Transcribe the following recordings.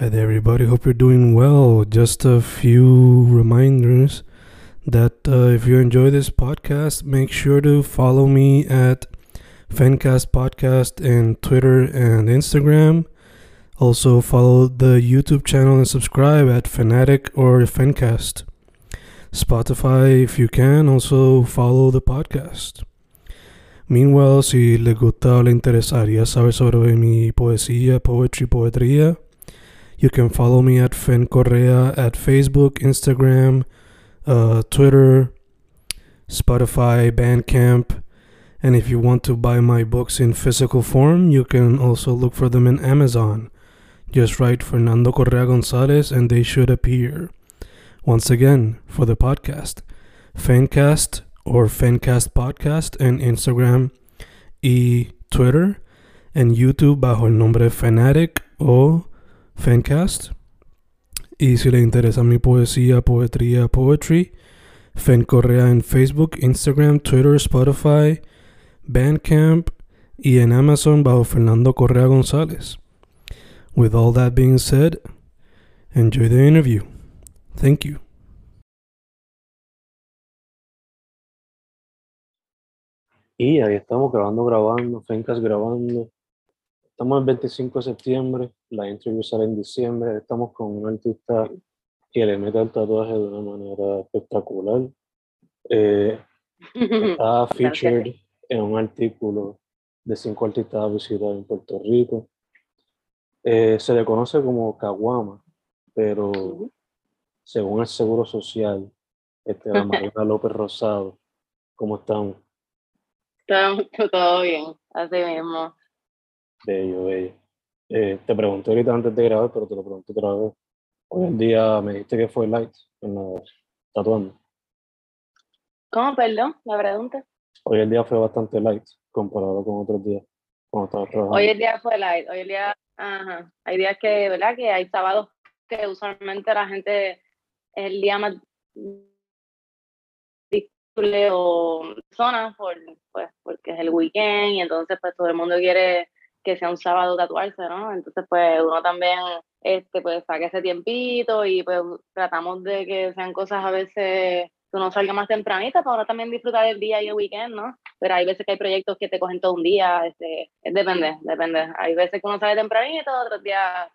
Hi there, everybody. Hope you're doing well. Just a few reminders that if you enjoy this podcast, make sure to follow me at Fencast Podcast in Twitter and Instagram. Also, follow the YouTube channel and subscribe at Fanatic or Fencast. Spotify, if you can, also follow the podcast. Meanwhile, si les gusta o le interesaría saber sobre mi poesía, poetría, you can follow me at Fen Correa at Facebook, Instagram, Twitter, Spotify, Bandcamp. And if you want to buy my books in physical form, you can also look for them in Amazon. Just write Fernando Correa Gonzalez and they should appear. Once again, for the podcast, Fencast or Fencast Podcast en Instagram y Twitter, en YouTube bajo el nombre Fanatic o Fencast. Y si le interesa mi poesía, poetry, Fen Correa en Facebook, Instagram, Twitter, Spotify, Bandcamp y en Amazon bajo Fernando Correa González. With all that being said, enjoy the interview. Thank you. Y ahí estamos grabando, Fencas grabando. Estamos el 25 de septiembre, la interview sale en diciembre. Estamos con un artista que le mete el tatuaje de una manera espectacular. Está featured en un artículo de 5 artistas a visitar en Puerto Rico. Se le conoce como Caguama, pero según el Seguro Social, la Marina López Rosado, ¿cómo estamos? Todo bien, así mismo. Bello. Te pregunté ahorita antes de grabar, pero te lo pregunto otra vez. Hoy en día me dijiste que fue light en la tatuando. ¿Cómo, perdón? La pregunta. Hoy el día fue bastante light comparado con otros días cuando estabas trabajando. Hoy el día fue light, hay días que, ¿verdad? Que hay sábados que usualmente la gente es el día más disponible o zona porque es el weekend y entonces pues todo el mundo quiere que sea un sábado tatuarse, ¿no? Entonces pues uno también pues saca ese tiempito y pues tratamos de que sean cosas a veces que uno salga más tempranito para uno también disfrutar del día y el weekend, ¿no? Pero hay veces que hay proyectos que te cogen todo un día, depende. Hay veces que uno sale tempranito, otros días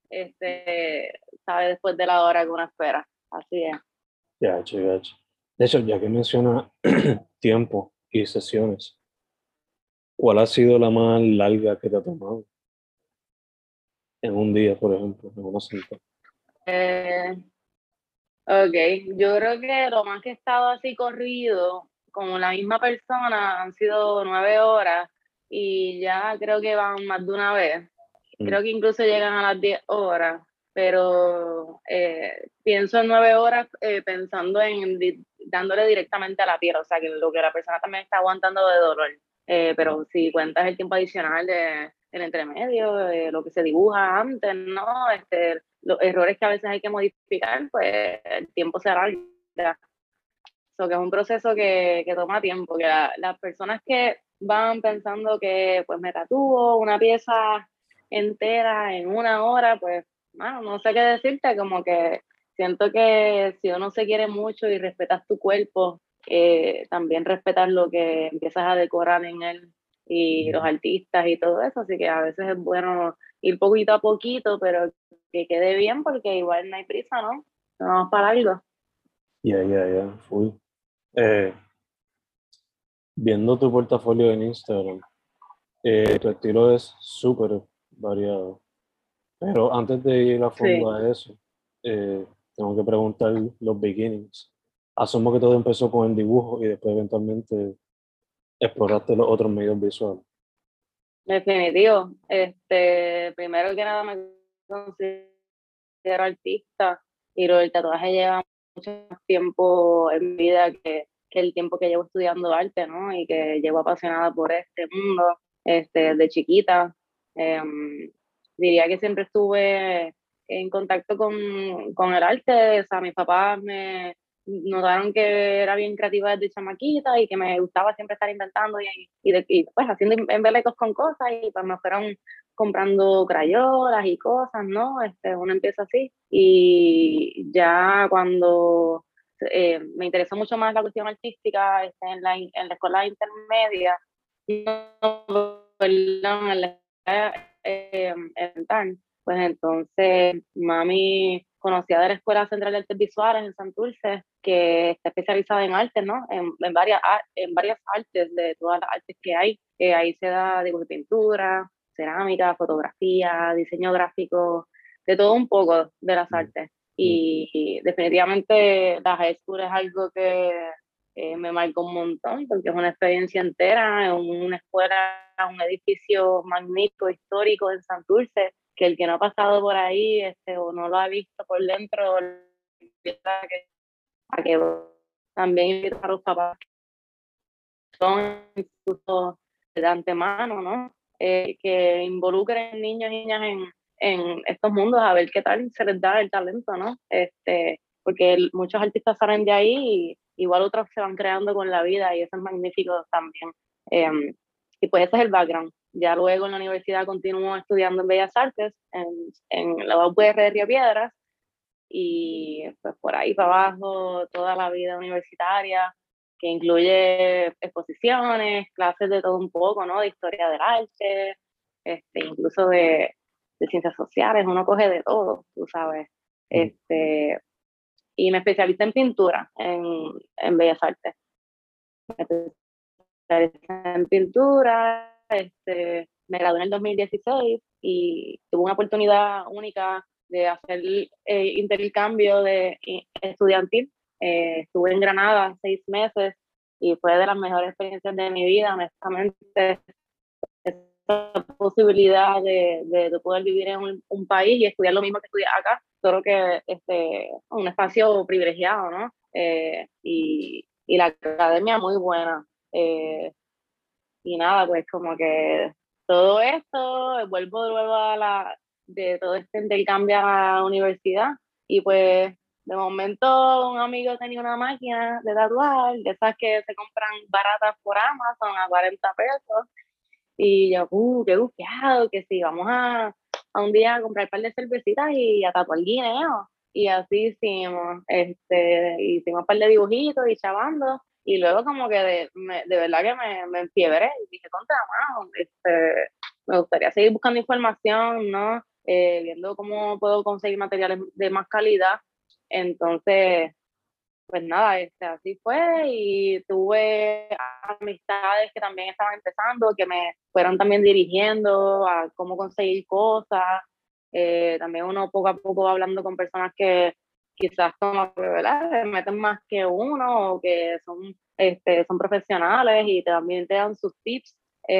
sale después de la hora que uno espera. Así es. Gacho. De hecho, ya que menciona tiempo y sesiones, ¿cuál ha sido la más larga que te ha tomado? En un día, por ejemplo, en una sentada. Ok, yo creo que lo más que he estado así corrido con la misma persona han sido 9 horas y ya creo que van más de una vez. Creo que incluso llegan a las 10 horas, pero pienso en 9 horas pensando en dándole directamente a la piel, o sea, que lo que la persona también está aguantando de dolor. Pero si cuentas el tiempo adicional del entremedio, lo que se dibuja antes, ¿no? Los errores que a veces hay que modificar, pues el tiempo se alarga. So, que es un proceso que toma tiempo, que las personas que van pensando que pues me tatúo una pieza entera en una hora, pues bueno, no sé qué decirte, como que siento que si uno se quiere mucho y respetas tu cuerpo, también respetas lo que empiezas a decorar en él y los artistas y todo eso, así que a veces es bueno ir poquito a poquito, pero que quede bien porque igual no hay prisa, ¿no? No vamos para algo. Ya, full. Viendo tu portafolio en Instagram, tu estilo es súper variado. Pero antes de ir a fondo a eso, tengo que preguntar los beginnings. Asumo que todo empezó con el dibujo y después eventualmente exploraste los otros medios visuales. Definitivo. Primero que nada me considero artista y lo del tatuaje lleva mucho más tiempo en mi vida que el tiempo que llevo estudiando arte, ¿no? Y que llevo apasionada por este mundo, desde chiquita. Diría que siempre estuve en contacto con el arte, o sea, mis papás notaron que era bien creativa desde chamaquita y que me gustaba siempre estar inventando y pues haciendo embelecos con cosas y pues me fueron comprando crayolas y cosas, ¿no? Uno empieza así y ya cuando me interesó mucho más la cuestión artística en la escuela intermedia, no, perdón, en la escuela elemental, pues entonces mami conocía de la Escuela Central de Artes Visuales en Santurce, que está especializada en artes, ¿no? En varias artes, de todas las artes que hay. Ahí se da dibujo y pintura, cerámica, fotografía, diseño gráfico, de todo un poco de las artes. Y definitivamente la high school es algo que me marcó un montón, porque es una experiencia entera, en una escuela, un edificio magnífico, histórico en Santurce, que el que no ha pasado por ahí o no lo ha visto por dentro, a que también invitar a los papás que son incluso de antemano, ¿no? Que involucren niños y niñas en estos mundos a ver qué tal se les da el talento, ¿no? Porque muchos artistas salen de ahí y igual otros se van creando con la vida y eso es magnífico también. Y pues ese es el background. Ya luego en la universidad continúo estudiando en Bellas Artes, en la UPR de Río Piedras, y pues por ahí para abajo toda la vida universitaria, que incluye exposiciones, clases de todo un poco, ¿no? De historia del arte, incluso de ciencias sociales, uno coge de todo, tú sabes. Y me especialicé en pintura en Bellas Artes. Me especialicé en pintura, me gradué en el 2016 y tuve una oportunidad única de hacer intercambio estudiantil. Estuve en Granada 6 meses y fue de las mejores experiencias de mi vida, honestamente. Esa posibilidad de poder vivir en un país y estudiar lo mismo que estudiar acá, solo que un espacio privilegiado, ¿no? Y la academia muy buena. Y nada, pues como que todo esto, vuelvo luego de todo este intercambio a la universidad y pues de momento un amigo tenía una máquina de tatuar, de esas que se compran baratas por Amazon a 40 pesos y yo, qué bufiado, que sí, vamos a un día a comprar un par de cervecitas y a tatuar guineo. Y así hicimos, hicimos un par de dibujitos y chavando. Y luego como que de verdad que me enfiebré y dije, contra mano, me gustaría seguir buscando información, ¿no? Viendo cómo puedo conseguir materiales de más calidad. Entonces, pues nada, así fue y tuve amistades que también estaban empezando, que me fueron también dirigiendo a cómo conseguir cosas. También uno poco a poco va hablando con personas que quizás como que, ¿verdad? Se meten más que uno o que son profesionales y también te dan sus tips.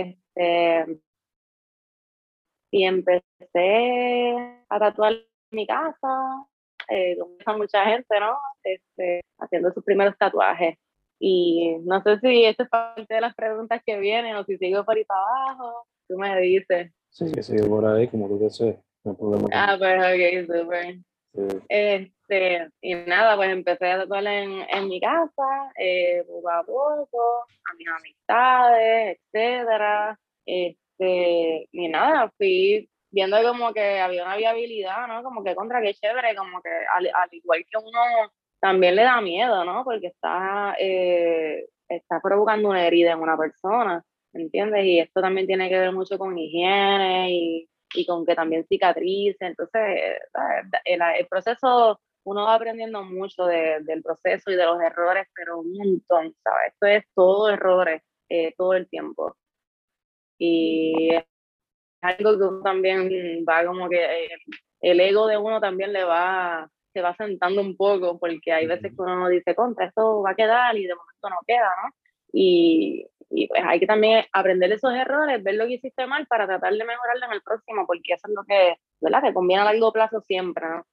Y empecé a tatuar en mi casa, como mucha gente, ¿no? Haciendo sus primeros tatuajes. Y no sé si esta es parte de las preguntas que vienen o si sigo por ahí para abajo. Tú me dices. Sí, que sigue por ahí, como tú desees. No hay problema con Pues ok, súper. sí. Y nada, pues empecé a tatuar en mi casa, poco a poco, a mis amistades, etcétera. Y nada, fui viendo como que había una viabilidad, ¿no? Como que contra qué chévere, como que al igual que uno también le da miedo, ¿no? Porque está provocando una herida en una persona, ¿entiendes? Y esto también tiene que ver mucho con higiene y con que también cicatrice. Entonces, el proceso, uno va aprendiendo mucho del proceso y de los errores, pero un montón, ¿sabes? Esto es todo errores, todo el tiempo. Y es algo que uno también va como que el ego de uno también se va sentando un poco, porque hay veces que uno dice, contra, esto va a quedar y de momento no queda, ¿no? Y pues hay que también aprender esos errores, ver lo que hiciste mal para tratar de mejorarlo en el próximo, porque eso es lo que, ¿verdad? Que conviene a largo plazo siempre, ¿no?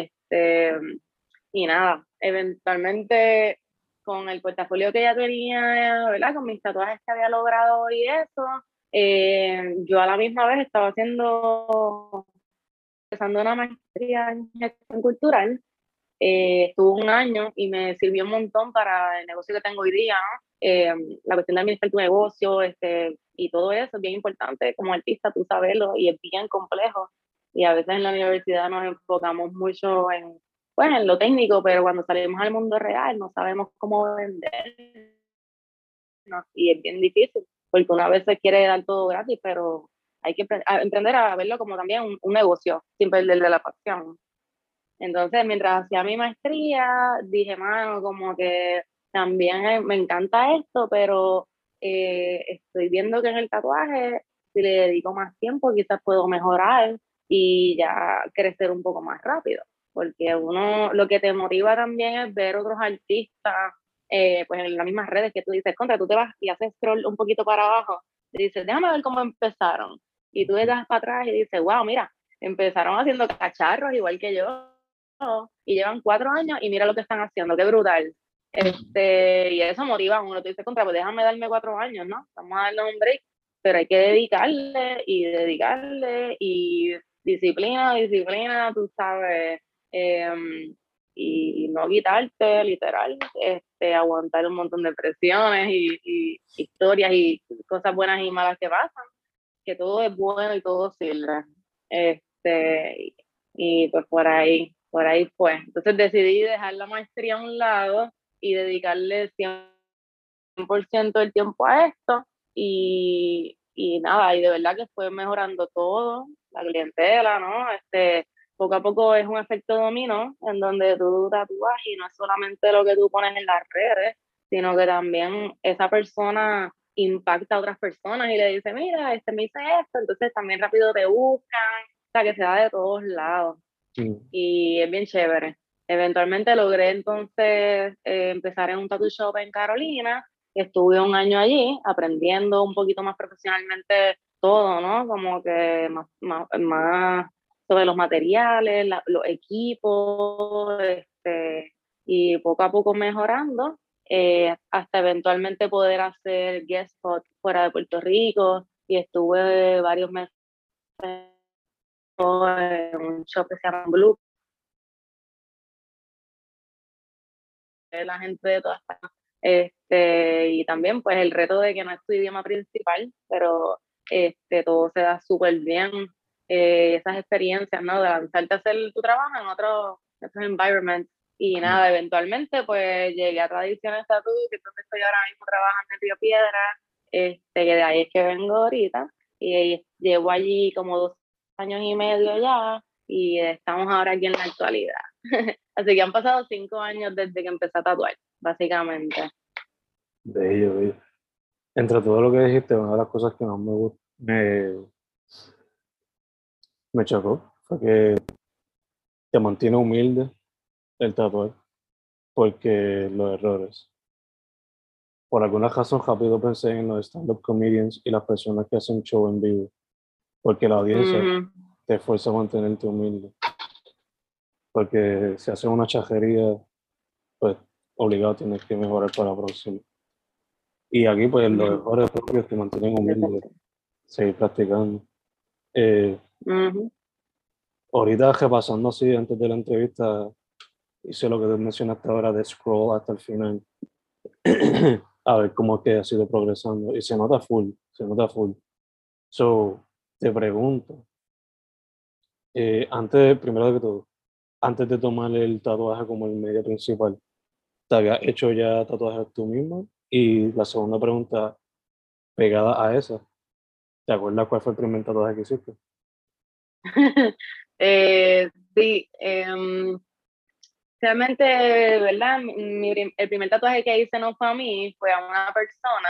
Y nada, eventualmente con el portafolio que ya tenía, ¿verdad? Con mis tatuajes que había logrado y eso, yo a la misma vez estaba empezando una maestría en gestión cultural estuve un año y me sirvió un montón para el negocio que tengo hoy día, ¿no? La cuestión de administrar tu negocio, y todo eso es bien importante como artista, tú saberlo, y es bien complejo. Y a veces en la universidad nos enfocamos mucho en, pues, en lo técnico, pero cuando salimos al mundo real no sabemos cómo vender, ¿no? Y es bien difícil, porque una vez se quiere dar todo gratis, pero hay que aprender a verlo como también un negocio, sin perderle la pasión. Entonces, mientras hacía mi maestría, dije, mano, como que también me encanta esto, pero estoy viendo que en el tatuaje, si le dedico más tiempo, quizás puedo mejorar y ya crecer un poco más rápido. Porque uno, lo que te motiva también es ver otros artistas, pues en las mismas redes que tú dices, contra, tú te vas y haces scroll un poquito para abajo, y dices, déjame ver cómo empezaron. Y tú le das para atrás y dices, wow, mira, empezaron haciendo cacharros igual que yo y llevan 4 años y mira lo que están haciendo, qué brutal. Y eso motiva a uno, tú dices, contra, pues déjame darme 4 años, ¿no? Vamos a darle un break, pero hay que dedicarle y disciplina, tú sabes, y no quitarte, literal, aguantar un montón de presiones y historias y cosas buenas y malas que pasan, que todo es bueno y todo sirve. Y pues por ahí fue. Entonces decidí dejar la maestría a un lado y dedicarle 100% del tiempo a esto. Y nada, y de verdad que fue mejorando todo, la clientela, ¿no? Poco a poco es un efecto dominó en donde tú tatúas y no es solamente lo que tú pones en las redes, sino que también esa persona impacta a otras personas y le dice, mira, me hice esto, entonces también rápido te buscan, o sea, que se da de todos lados. Y es bien chévere. Eventualmente logré entonces empezar en un tattoo shop en Carolina. Estuve un año allí aprendiendo un poquito más profesionalmente todo, ¿no? Como que más sobre los materiales, los equipos, y poco a poco mejorando, hasta eventualmente poder hacer guest spot fuera de Puerto Rico. Y estuve varios meses en un shop que se llama Blue, la gente de todas partes. Y también pues el reto de que no es tu idioma principal, pero todo se da súper bien. Esas experiencias, ¿no? De lanzarte a hacer tu trabajo en otros environments. Y nada, eventualmente pues llegué a Tradiciones Tattoo, que es donde estoy ahora mismo trabajando en Río Piedra, que de ahí es que vengo ahorita. Y llevo allí como 2 años y medio ya, y estamos ahora aquí en la actualidad. Así que han pasado 5 años desde que empecé a tatuar, básicamente. Bello, bello. Entre todo lo que dijiste, una de las cosas que más me chocó fue que te mantiene humilde el tatuaje, porque los errores. Por alguna razón rápido pensé en los stand-up comedians y las personas que hacen show en vivo, porque la audiencia te fuerza a mantenerte humilde. Porque si haces una chajería, pues obligado tienes que mejorar para la próxima. Y aquí, pues los errores propios te mantienen humilde, seguir practicando. Ahorita repasando así antes de la entrevista, hice lo que tú mencionaste ahora de scroll hasta el final. A ver cómo es que ha sido progresando. Y se nota full, se nota full. So, te pregunto, primero que todo, antes de tomar el tatuaje como el medio principal, ¿te habías hecho ya tatuajes tú mismo? Y la segunda pregunta, pegada a esa, ¿te acuerdas cuál fue el primer tatuaje que hiciste? Sí, realmente, ¿verdad? El primer tatuaje que hice no fue a mí, fue a una persona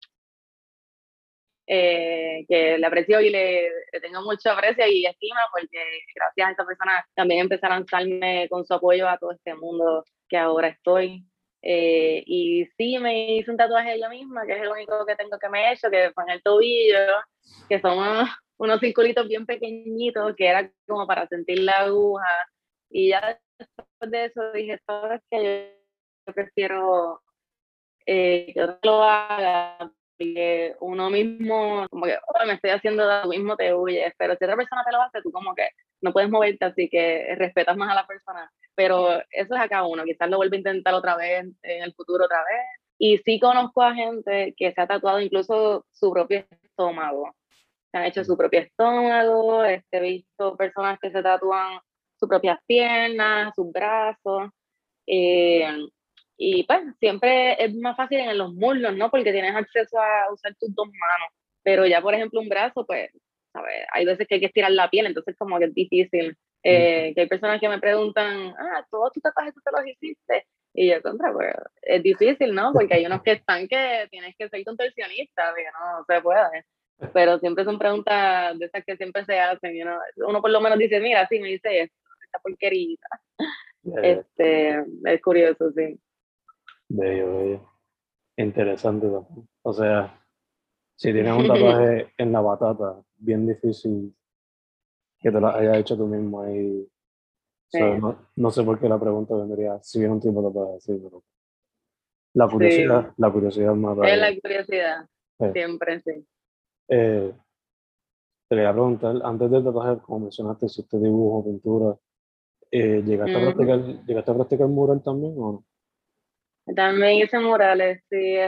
que le aprecio y le tengo mucho aprecio y estima, porque gracias a esa persona también empecé a lanzarme con su apoyo a todo este mundo que ahora estoy. Y sí, me hice un tatuaje yo misma, que es el único que tengo que me he hecho, que fue en el tobillo, que son unos circulitos bien pequeñitos, que era como para sentir la aguja. Y ya después de eso dije, ¿sabes qué? Yo prefiero que otro lo haga, porque uno mismo, como que, oh, me estoy haciendo de lo mismo, te huyes, pero si otra persona te lo hace, tú como que no puedes moverte, así que respetas más a la persona. pero eso es a cada uno, quizás lo vuelva a intentar otra vez, en el futuro otra vez. Y sí conozco a gente que se ha tatuado incluso su propio estómago, se han hecho su propio estómago, he visto personas que se tatúan sus propias piernas, sus brazos, y pues siempre es más fácil en los muslos, ¿no? Porque tienes acceso a usar tus dos manos, pero ya por ejemplo un brazo, pues, ¿sabes? Hay veces que hay que estirar la piel, entonces como que es difícil. Que hay personas que me preguntan, todos tus tatuajes tú te los hiciste, y yo contra, pues es difícil, ¿no? Porque hay unos que están que tienes que ser contorsionista, que no se puede. Pero siempre son preguntas de esas que siempre se hacen, you know? Uno por lo menos dice, mira, sí, me dice esto, esta porquería. Es curioso, sí. Bello, bello. Interesante también. O sea, si tienes un tatuaje en la batata, bien difícil que te lo hayas hecho tú mismo y Sí, no sé por qué la pregunta vendría si viene un tipo de tatuaje así, pero sí. la curiosidad mata. Es la curiosidad, Eh, siempre, sí. eh, te quería preguntar, antes del tatuaje, como mencionaste, hiciste dibujo, pintura, Ujú. ¿llegaste a practicar mural también o no? También hice murales, sí,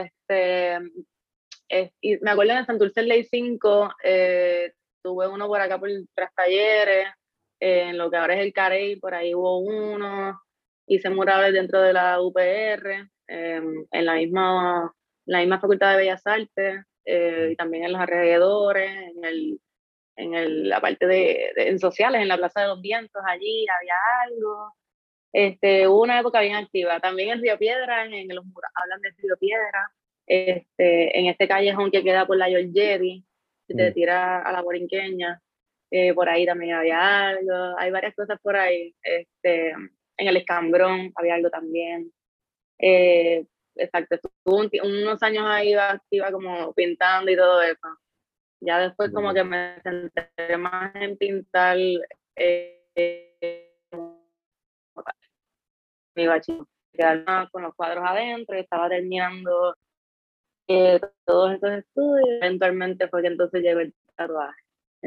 y me acuerdo en Santurce Ley 5, tuve uno por acá por Tras Talleres, en lo que ahora es el Carey, por ahí hubo uno, hice murales dentro de la UPR, en la misma Facultad de Bellas Artes, y también en los alrededores, la parte en sociales, en la Plaza de los Vientos, allí había algo. Hubo una época bien activa. También en Río Piedra, hablan de Río Piedra, en este callejón que queda por la Giorgetti, si te Mm, tiras a la Borinqueña, por ahí también había algo. Hay varias cosas por ahí. En el Escambrón había algo también. Eh, exacto, estuve unos años ahí activa como pintando y todo eso. Ya después como mm, que me centré más en pintar mi bachiller, quedarme con los cuadros adentro y estaba terminando todos estos estudios. Eventualmente fue que entonces llegó el tatuaje.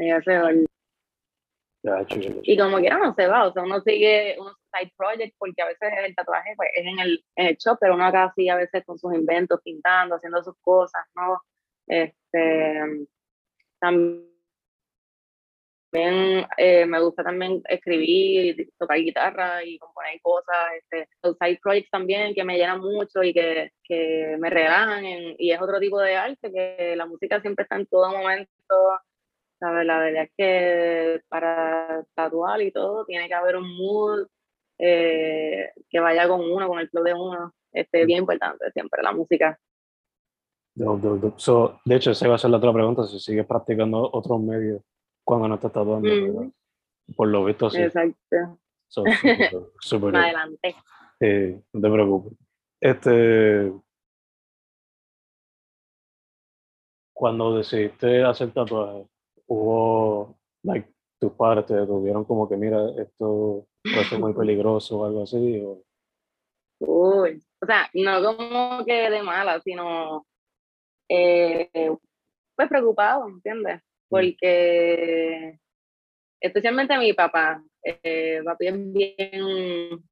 ya, chulo. Y como quiera no se va, o sea, uno sigue unos side projects porque a veces el tatuaje pues, es en el shop, pero uno acá sigue a veces con sus inventos, pintando, haciendo sus cosas, ¿no? También me gusta también escribir, y tocar guitarra y componer cosas, los side projects también que me llenan mucho y que me relajan, y es otro tipo de arte, que la música siempre está en todo momento, ¿sabes? La verdad es que para tatuar y todo tiene que haber un mood que vaya con uno, con el flow de uno, bien importante siempre la música. Dope, dope, dope. So, de hecho, esa iba a ser la otra pregunta, si sigues practicando otros medios cuando no estás tatuando, ¿verdad? Mm, Por lo visto, sí. exacto. So, súper, súper, Más adelante. no te preocupes. Este, cuando decidiste hacer tatuajes, hubo, like, tus padres te tuvieron como que, mira, esto puede ser muy peligroso o algo así, o, Uy, o sea, no como que de mala, sino eh, pues preocupado, ¿entiendes? mm, Porque especialmente mi papá, papi es bien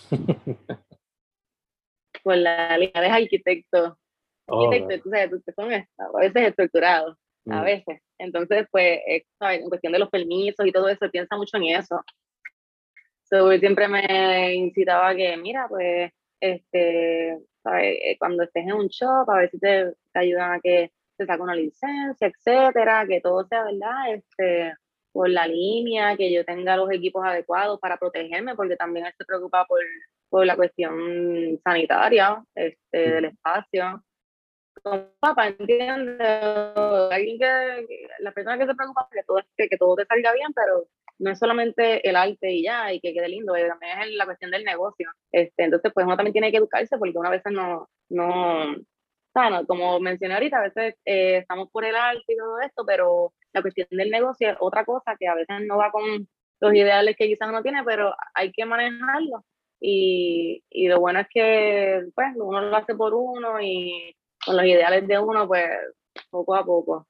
por la línea de oh, arquitecto, tú sabes, son a veces estructurados, a mm, veces. Entonces, pues, ¿sabes? En cuestión de los permisos y todo eso, piensa mucho en eso. So, él siempre me incitaba a que, mira, pues, ¿sabes? Cuando estés en un shop, a ver si te ayudan a que te saque una licencia, etcétera, que todo sea, ¿verdad? Por la línea, que yo tenga los equipos adecuados para protegerme, porque también él se preocupa por la cuestión sanitaria, del mm, espacio. Como papá, ¿entiendes? Alguien la persona que se preocupa que todo te salga bien, pero no es solamente el arte y ya, y que quede lindo, también es la cuestión del negocio. Entonces, pues uno también tiene que educarse porque una veces o sea, como mencioné ahorita, a veces estamos por el arte y todo esto, pero la cuestión del negocio es otra cosa que a veces no va con los ideales que quizás uno tiene, pero hay que manejarlo. Y lo bueno es que pues uno lo hace por uno y con los ideales de uno, pues poco a poco.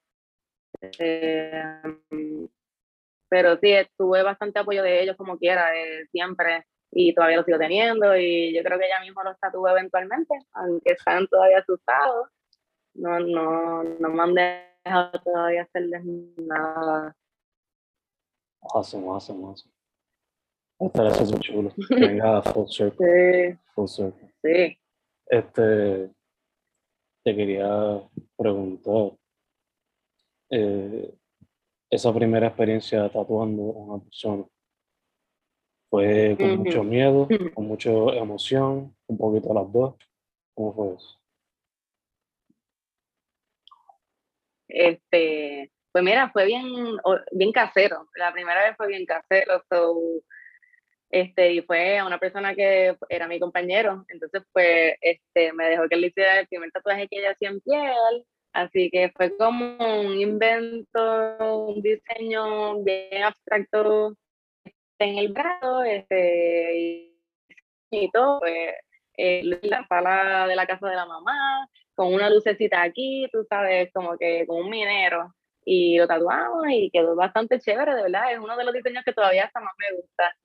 Eh, pero sí, tuve bastante apoyo de ellos como quiera, siempre. y todavía lo sigo teniendo y yo creo que ella misma los tatúa eventualmente, aunque están todavía asustados. No me han dejado todavía hacerles nada. Awesome. Esta es chulo. Que venga full circle. Sí, Full circle. sí. Te quería preguntar, esa primera experiencia tatuando a una persona, ¿fue con mucho Ujú. miedo, con mucha emoción, un poquito las dos? ¿Cómo fue eso? Pues mira, fue bien casero. La primera vez fue bien casero. Y fue a una persona que era mi compañero. Entonces, pues, me dejó que él hiciera el primer tatuaje que ella hacía en piel. Así que fue como un invento, un diseño bien abstracto en el brazo, y todo, pues, la sala de la casa de la mamá, con una lucecita aquí, tú sabes, como que con un minero, y lo tatuamos y quedó bastante chévere, de verdad, es uno de los diseños que todavía hasta más me gusta.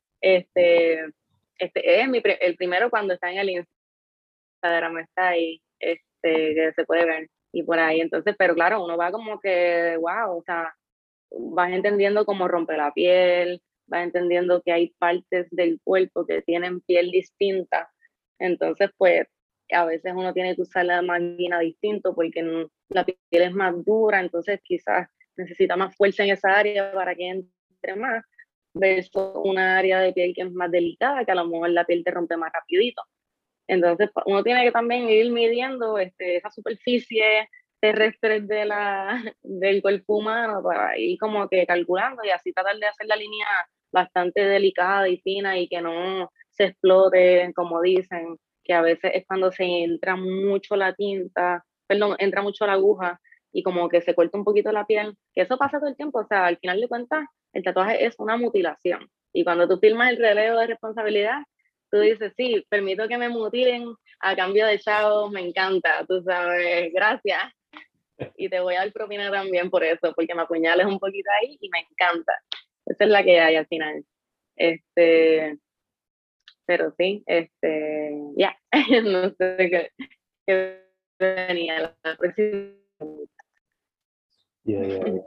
Es el primero cuando está en el Instagram, está ahí, que se puede ver, y por ahí, entonces, pero claro, uno va como que, wow, o sea, vas entendiendo cómo rompe la piel, vas entendiendo que hay partes del cuerpo que tienen piel distinta. Entonces, pues, a veces uno tiene que usar la máquina distinto porque la piel es más dura, entonces quizás necesita más fuerza en esa área para que entre más, versus una área de piel que es más delicada, que a lo mejor la piel te rompe más rapidito. Entonces, uno tiene que también ir midiendo esa superficie terrestre del cuerpo humano para ir como que calculando y así tratar de hacer la línea bastante delicada y fina y que no se explote, como dicen, que a veces es cuando se entra mucho la tinta, perdón, entra mucho la aguja y como que se corta un poquito la piel, que eso pasa todo el tiempo, o sea, al final de cuentas, el tatuaje es una mutilación. Y cuando tú firmas el relevo de responsabilidad, tú dices, sí, permito que me mutilen a cambio de chavos, me encanta, tú sabes, gracias. Y te voy a dar propina también por eso, porque me apuñales un poquito ahí y me encanta. Esa es la que hay al final. Pero sí, ya, no sé qué venía la próxima. Yeah.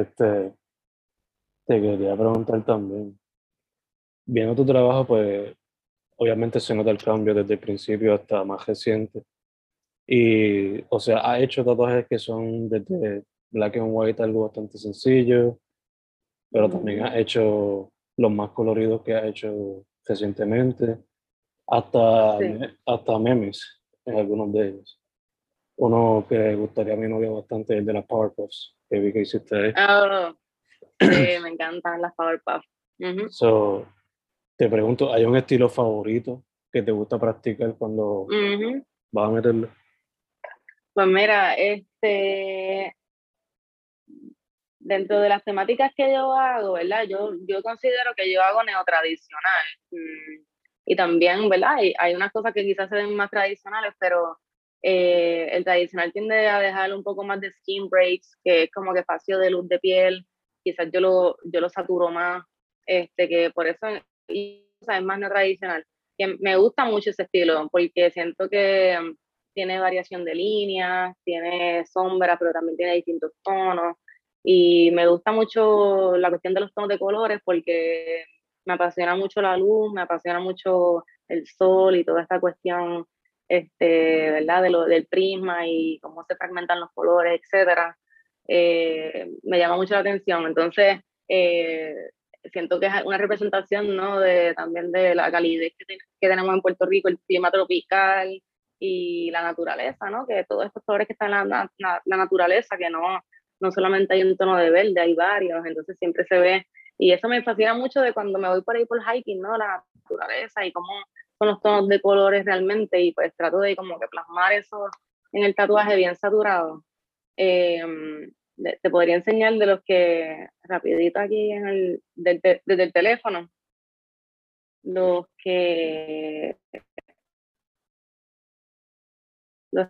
Te quería preguntar también, viendo tu trabajo, pues obviamente se nota el cambio desde el principio hasta más reciente. Y, o sea, ha hecho tatuajes que son desde black and white, algo bastante sencillo, pero también ha hecho los más coloridos que ha hecho recientemente, hasta, Sí. hasta memes en algunos de ellos. Uno que gustaría a mi novia bastante es el de las Powerpuffs, que vi que hiciste ahí. Oh, sí, me encantan las Powerpuff. So, te pregunto, ¿hay un estilo favorito que te gusta practicar cuando vas a meterlo? Pues mira, dentro de las temáticas que yo hago, ¿verdad? Yo considero que yo hago neotradicional. Y también, ¿verdad? Hay unas cosas que quizás se ven más tradicionales, pero el tradicional tiende a dejar un poco más de skin breaks, que es como que espacio de luz de piel. Quizás yo lo saturo más, que por eso o sea, es más no tradicional. Que me gusta mucho ese estilo, porque siento que tiene variación de líneas, tiene sombra, pero también tiene distintos tonos y me gusta mucho la cuestión de los tonos de colores porque me apasiona mucho la luz, me apasiona mucho el sol y toda esta cuestión, ¿verdad? Del prisma y cómo se fragmentan los colores, etcétera. Me llama mucho la atención. Entonces, eh, siento que es una representación, ¿no? También de la calidez que tenemos en Puerto Rico, el clima tropical y la naturaleza, ¿no? Que todos estos colores que están en la naturaleza, que no solamente hay un tono de verde, hay varios, entonces siempre se ve, y eso me fascina mucho de cuando me voy por ahí por hiking, ¿no? La naturaleza y cómo son los tonos de colores realmente, y pues trato de como que plasmar eso en el tatuaje bien saturado. Eh, te podría enseñar de los que, rapidito aquí desde el teléfono, los que, los,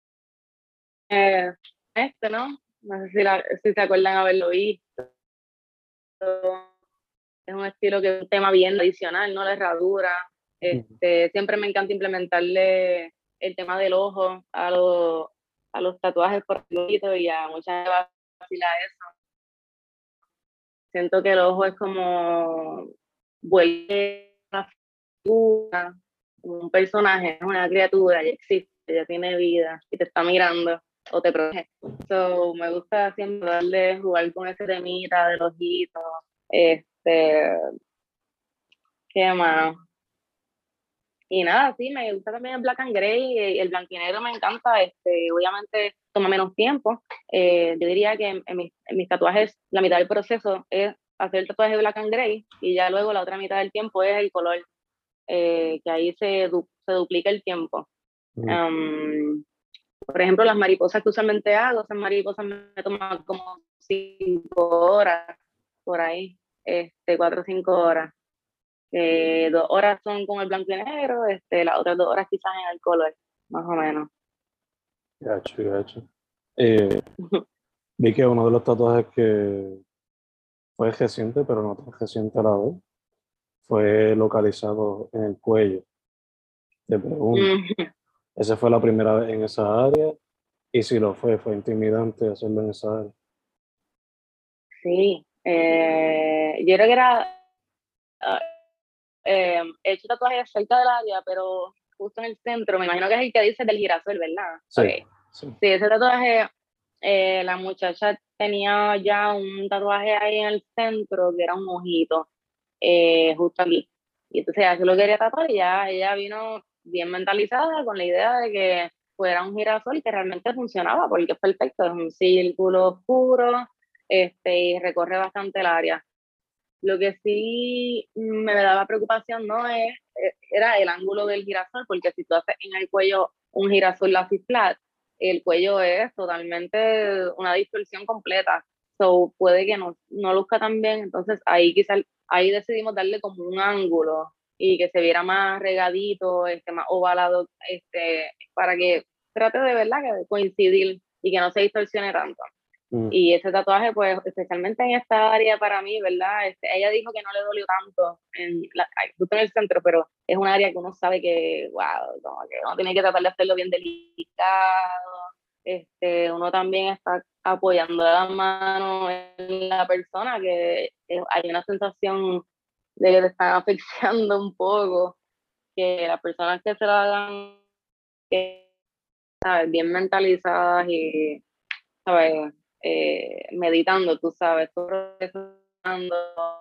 ¿no? No sé si se acuerdan haberlo visto. Es un estilo que es un tema bien tradicional, ¿no? La herradura, Siempre me encanta implementarle el tema del ojo a los tatuajes por el y a mucha gente vacila eso. Siento que el ojo es como vuelve una figura, un personaje, es una criatura, ya existe, ya tiene vida y te está mirando o te protege. So, me gusta siempre darle, jugar con ese temita del ojito. ¿Qué más? Y nada, sí, me gusta también el black and gray, el blanco y negro me encanta, obviamente toma menos tiempo. Yo diría que en mis tatuajes la mitad del proceso es hacer el tatuaje black and gray y ya luego la otra mitad del tiempo es el color, que ahí se duplica el tiempo. Por ejemplo, las mariposas que usualmente hago, esas mariposas me toman como 5 horas, por ahí, 4 o 5 horas. 2 horas son con el blanco y negro, las otras 2 horas quizás en el color, más o menos. Gacho. Vi que uno de los tatuajes que fue reciente, pero no tan reciente a la vez, fue localizado en el cuello. Te pregunto, ¿esa fue la primera vez en esa área? Y si lo fue intimidante hacerlo en esa área. Sí, yo creo que era, he hecho tatuajes cerca del área, pero justo en el centro, me imagino que es el que dice del girasol, ¿verdad? Sí, Okay. sí. Sí, ese tatuaje, la muchacha tenía ya un tatuaje ahí en el centro que era un ojito, justo aquí. Y entonces ya se lo quería tatuar y ya ella vino bien mentalizada con la idea de que fuera un girasol y que realmente funcionaba, porque es perfecto, es un círculo oscuro, y recorre bastante el área. Lo que sí me daba preocupación no era el ángulo del girasol, porque si tú haces en el cuello un girasol así flat, el cuello es totalmente una distorsión completa. So puede que no luzca tan bien. Entonces ahí decidimos darle como un ángulo y que se viera más regadito, más ovalado, para que trate de verdad que de coincidir y que no se distorsione tanto. Y ese tatuaje, pues, especialmente en esta área para mí, ¿verdad? Ella dijo que no le dolió tanto justo en el centro, pero es un área que uno sabe que, wow, como que uno tiene que tratar de hacerlo bien delicado. Uno también está apoyando la mano en la persona, que hay una sensación de que te están asfixiando un poco, que las personas que se lo hagan, ¿sabes? Bien mentalizadas y, ¿sabes? Meditando, tú sabes, todo procesando,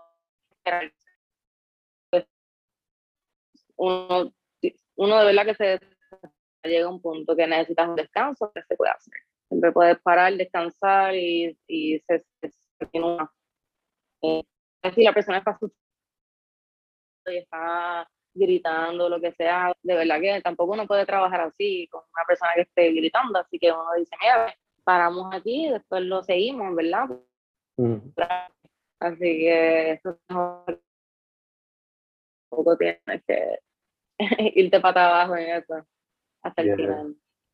uno, uno de verdad que se llega a un punto que necesitas un descanso, que se puede hacer. Siempre puedes parar, descansar y se continúa. Si la persona está asustando y está gritando, lo que sea, de verdad que tampoco uno puede trabajar así con una persona que esté gritando, así que uno dice, mira, paramos aquí y después lo seguimos, ¿verdad? Así que eso es mejor, tampoco tienes que irte para abajo en eso hasta el final.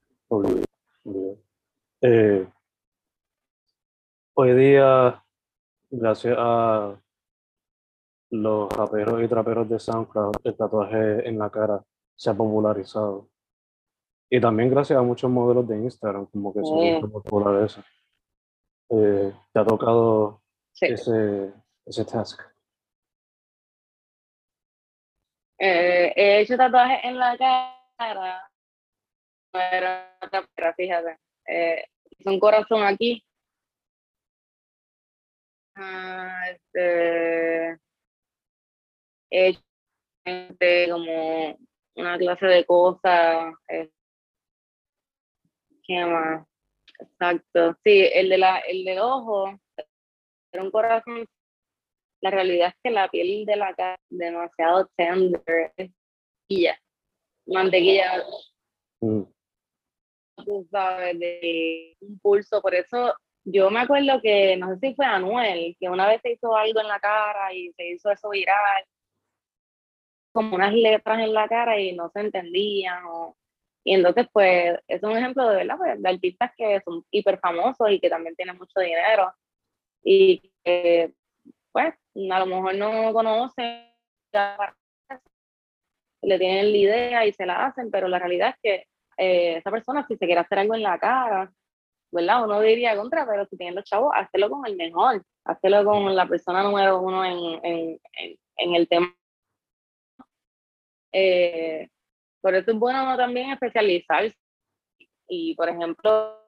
Hoy día, gracias a los raperos y traperos de SoundCloud, el tatuaje en la cara se ha popularizado. Y también gracias a muchos modelos de Instagram, como que se ha vuelto popular eso. ¿Te ha tocado ese task? He hecho tatuajes en la cara, no era una trapera, fíjate. Hice un corazón aquí. He hecho como una clase de cosas. ¿Qué más? Exacto. Sí, el del ojo era un corazón. La realidad es que la piel de la cara es demasiado tender, es mantequilla, tú sabes, de un pulso. Por eso yo me acuerdo que, no sé si fue Anuel, que una vez se hizo algo en la cara y se hizo eso viral, como unas letras en la cara y no se entendían. Y entonces, pues, es un ejemplo de verdad, pues, de artistas que son hiper famosos y que también tienen mucho dinero y que, pues, a lo mejor no conocen le tienen la idea y se la hacen, pero la realidad es que esa persona, si se quiere hacer algo en la cara, ¿verdad? Uno diría contra, pero si tienen los chavos, hazlo con el mejor, hazlo con la persona número uno en el tema. Por eso es bueno también especializarse. Y, por ejemplo,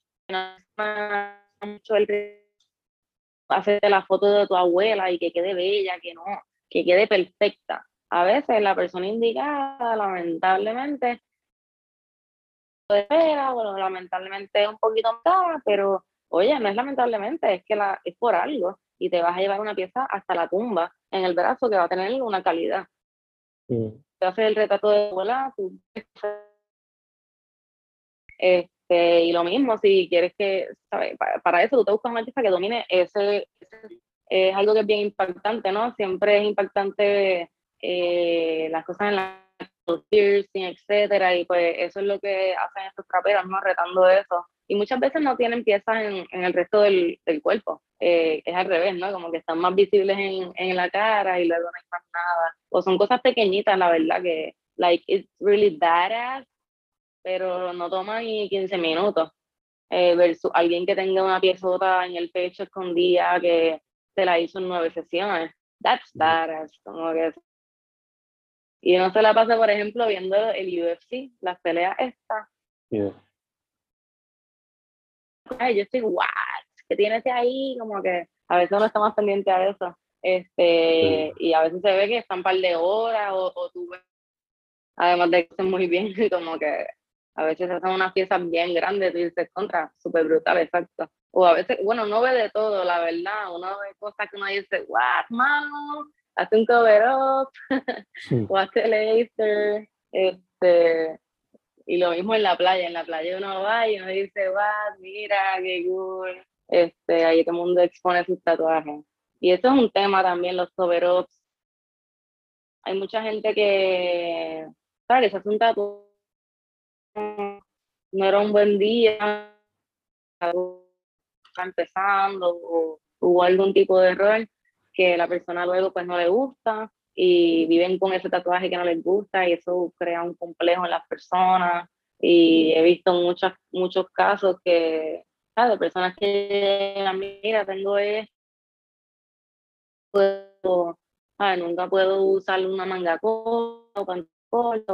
mucho el hacerte la foto de tu abuela y que quede bella, que no, que quede perfecta. A veces la persona indicada, lamentablemente, espera, bueno, lamentablemente es un poquito más cara, pero oye, no es lamentablemente, es que es por algo y te vas a llevar una pieza hasta la tumba en el brazo que va a tener una calidad. Te haces el retrato de tu abuela, y lo mismo, si quieres que, ¿sabes? Para eso tú te buscas una artista que domine es algo que es bien impactante, ¿no? Siempre es impactante las cosas en los piercing, etcétera, y pues eso es lo que hacen estos traperos, ¿no? Retando eso. Y muchas veces no tienen piezas en el resto del cuerpo. Es al revés, ¿no? Como que están más visibles en la cara y luego no hay más nada. O son cosas pequeñitas, la verdad, que, like, it's really badass, pero no toma ni 15 minutos. Versus alguien que tenga una piezota en el pecho escondida que se la hizo en 9 sesiones. That's badass. Como que, y no se la pasa, por ejemplo, viendo el UFC, las peleas estas. Yeah. Ay, yo estoy, what? ¿Qué tienes ahí? Como que a veces uno está más pendiente a eso. Y a veces se ve que están un par de horas o tú ves, además de que hacen muy bien, como que a veces hacen unas piezas bien grandes, tú dices, contra, súper brutal, exacto. O a veces, bueno, uno ve de todo, la verdad, uno ve cosas que uno dice, what, mano, hace un cover up, o hace laser, y lo mismo en la playa uno va y uno dice, what, mira, qué cool, ahí todo el mundo expone sus tatuajes. Y eso es un tema también, los cover ups. Hay mucha gente que, ¿sabes? Se hace un tatuaje, no era un buen día, está empezando o hubo algún tipo de error que la persona luego pues no le gusta y viven con ese tatuaje que no les gusta y eso crea un complejo en las personas y he visto muchos casos que, ¿sabes? De personas que llegan, mira, tengo esto, nunca puedo usar una manga corta o pantalón corto,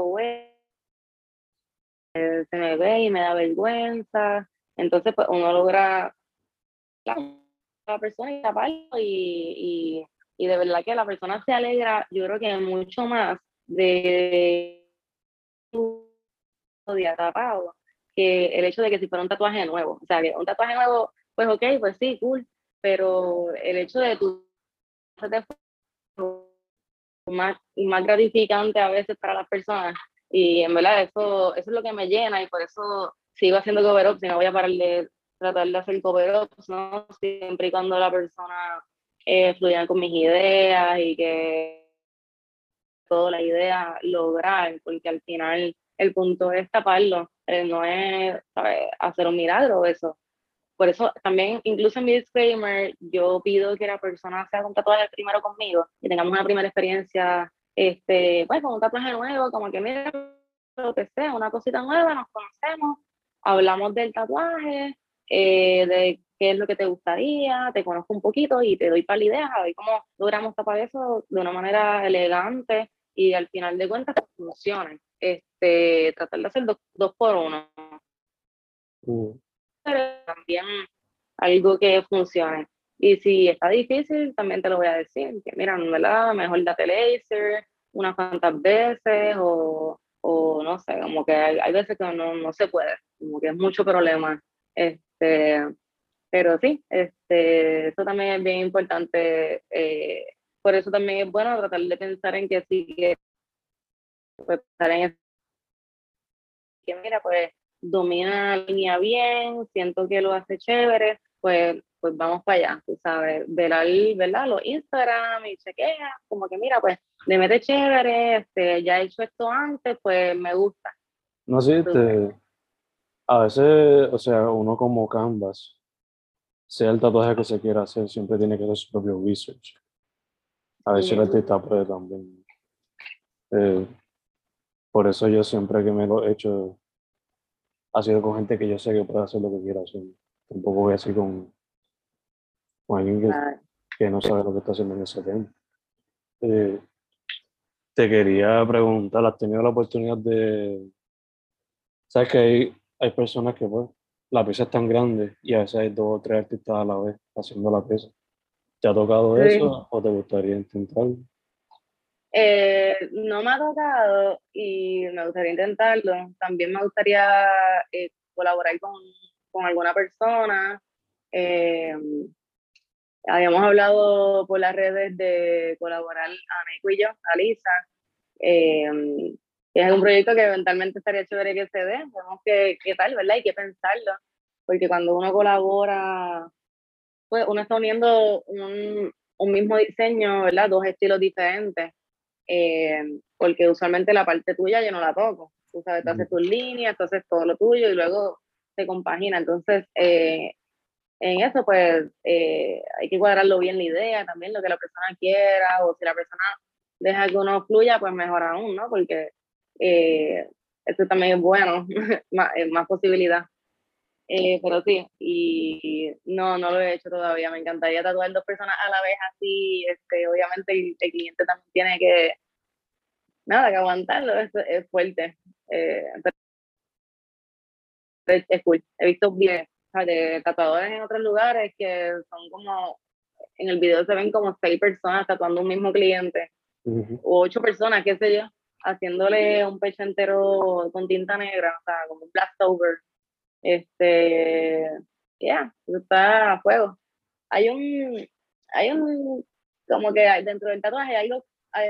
se me ve y me da vergüenza. Entonces, pues uno logra la persona y taparlo y de verdad que la persona se alegra, yo creo que mucho más de día tapado que el hecho de que si fuera un tatuaje nuevo. O sea, que un tatuaje nuevo, pues ok, pues sí, cool, pero el hecho de tu más gratificante a veces para las personas y en verdad eso es lo que me llena y por eso sigo haciendo cover up, si no voy a parar de tratar de hacer cover ups, ¿no? Siempre y cuando la persona fluya con mis ideas y que toda la idea lograr, porque al final el punto es taparlo, no es, ¿sabes? Hacer un milagro eso. Por eso también, incluso en mi disclaimer, yo pido que la persona se haga un tatuaje primero conmigo y tengamos una primera experiencia, pues con un tatuaje nuevo, como que mira, lo que sea, una cosita nueva, nos conocemos, hablamos del tatuaje, de qué es lo que te gustaría, te conozco un poquito y te doy para la idea, a ver cómo logramos tapar eso de una manera elegante y al final de cuentas que funcione. Tratar de hacer dos por uno. Pero también algo que funcione. Y si está difícil, también te lo voy a decir, que mira, en verdad, mejor date laser unas cuantas veces o no sé, como que hay veces que no se puede, como que es mucho problema. Pero sí, eso también es bien importante. Por eso también es bueno tratar de pensar en que sí que pues, pensar en que mira, pues domina la línea bien, siento que lo hace chévere, pues vamos para allá, tú sabes, ver ahí, ¿verdad? Los Instagram y chequea, como que mira, pues le mete chévere, ya he hecho esto antes, pues me gusta. No sé, a veces, o sea, uno como canvas, sea el tatuaje que se quiera hacer, siempre tiene que hacer su propio research. A ver si el artista puede también. Por eso yo siempre que me lo he hecho, ha sido con gente que yo sé que puede hacer lo que quiera hacer. Tampoco voy así con alguien Ah, que no sabe lo que está haciendo en ese tema. Eh, Te quería preguntar, ¿has tenido la oportunidad de... Sabes que hay personas que pues la pieza es tan grande y a veces hay dos o tres artistas a la vez haciendo la pieza. ¿Te ha tocado sí. eso o te gustaría intentarlo? No me ha tocado y me gustaría intentarlo. También me gustaría colaborar con alguna persona. Eh, Habíamos hablado por las redes de colaborar a Nico y yo, a Lisa. Eh, que es un proyecto que eventualmente estaría chévere que se dé. Tenemos qué tal, ¿verdad? Hay que pensarlo. Porque cuando uno colabora, pues uno está uniendo un mismo diseño, ¿verdad? Dos estilos diferentes. Porque usualmente la parte tuya yo no la toco. Tú sabes, tú haces tus líneas, tú haces todo lo tuyo y luego se compagina. Entonces, en eso, pues, hay que cuadrarlo bien la idea, también lo que la persona quiera, o si la persona deja que uno fluya, pues mejor aún, ¿no? Porque eso también es bueno, más posibilidad. Pero sí, y no lo he hecho todavía. Me encantaría tatuar dos personas a la vez así. Obviamente el cliente también tiene que, nada, que aguantarlo, es fuerte. Pero es cool. He visto videos de tatuadores en otros lugares que son como, en el video se ven como 6 personas tatuando un mismo cliente, Ujú. o 8 personas, qué sé yo, haciéndole un pecho entero con tinta negra, o sea, como un blast over. Este, eso está a fuego. Hay como que dentro del tatuaje hay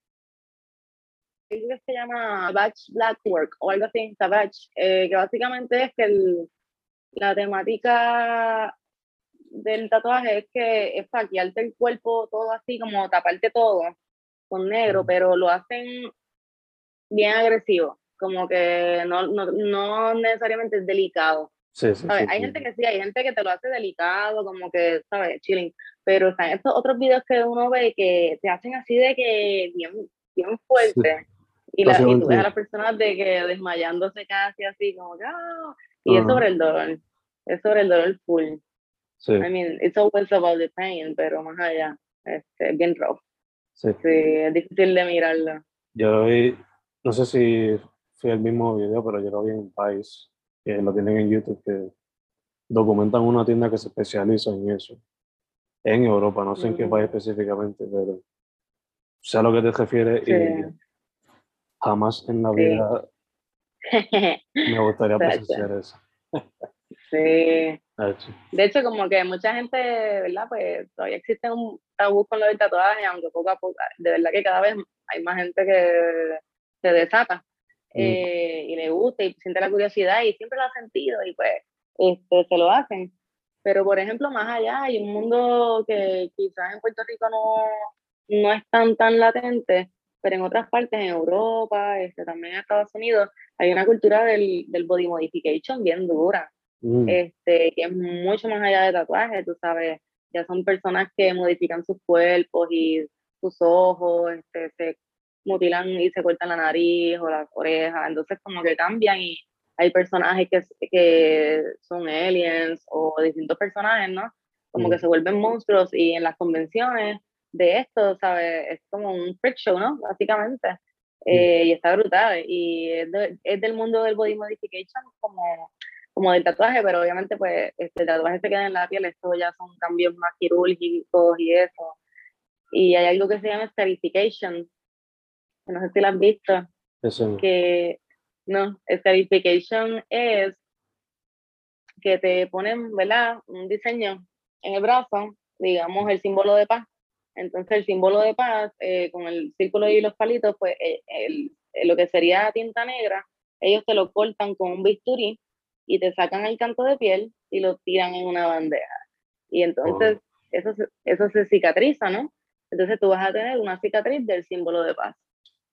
algo que se llama Savage Blackwork o algo así, Savage, que básicamente es que la temática del tatuaje es que es faquearte el cuerpo todo así, como taparte todo con negro, pero lo hacen bien agresivo, como que no necesariamente es delicado. Sí, sí, ¿Sabes? sí, Hay sí. gente que sí, hay gente que te lo hace delicado, como que, ¿sabes? Chilling. Pero están estos otros videos que uno ve que te hacen así de que bien Sí, fuerte. Y tú ves a básicamente, las personas de que desmayándose casi así, como que, ¡ah! Y es ajá, sobre el dolor. Es sobre el dolor full. sí, I mean, it's always about the pain, pero más allá, es bien rough. sí. Sí, es difícil de mirarlo. Yo vi, no sé si fue el mismo video, pero yo lo vi en Vice, que lo tienen en YouTube, que documentan una tienda que se especializa en eso, en Europa, no sé en qué país Mm, específicamente, pero sé a lo que te refieres sí, y jamás en la sí. vida me gustaría Exacto. presenciar eso. Sí. Ah, sí. De hecho, como que mucha gente, ¿verdad? Pues todavía existe un tabú con lo del tatuaje, aunque poco a poco, de verdad que cada vez hay más gente que se desata Mm, y le gusta y siente la curiosidad y siempre lo ha sentido y pues se lo hacen. Pero, por ejemplo, más allá hay un mundo que quizás en Puerto Rico no es tan latente, pero en otras partes, en Europa, también en Estados Unidos, hay una cultura del body modification bien dura, mm, que es mucho más allá de tatuajes, tú sabes, ya son personas que modifican sus cuerpos y sus ojos, se mutilan y se cortan la nariz o las orejas, entonces como que cambian y hay personajes que son aliens o distintos personajes, ¿no? Como que mm, se vuelven monstruos y en las convenciones de esto, ¿sabes? Es como un freak show, ¿no? Básicamente. mm, Y está brutal. Y es del mundo del body modification como del tatuaje, pero obviamente pues el tatuaje se queda en la piel, esto ya son cambios más quirúrgicos y eso. Y hay algo que se llama scarification, que no sé si lo has visto, ese no. que no, scarification es que te ponen, ¿verdad? Un diseño en el brazo, digamos el símbolo de paz. Entonces el símbolo de paz, con el círculo y los palitos, pues lo que sería tinta negra, ellos te lo cortan con un bisturí y te sacan el canto de piel y lo tiran en una bandeja. Y entonces Oh, eso se cicatriza, ¿no? Entonces tú vas a tener una cicatriz del símbolo de paz.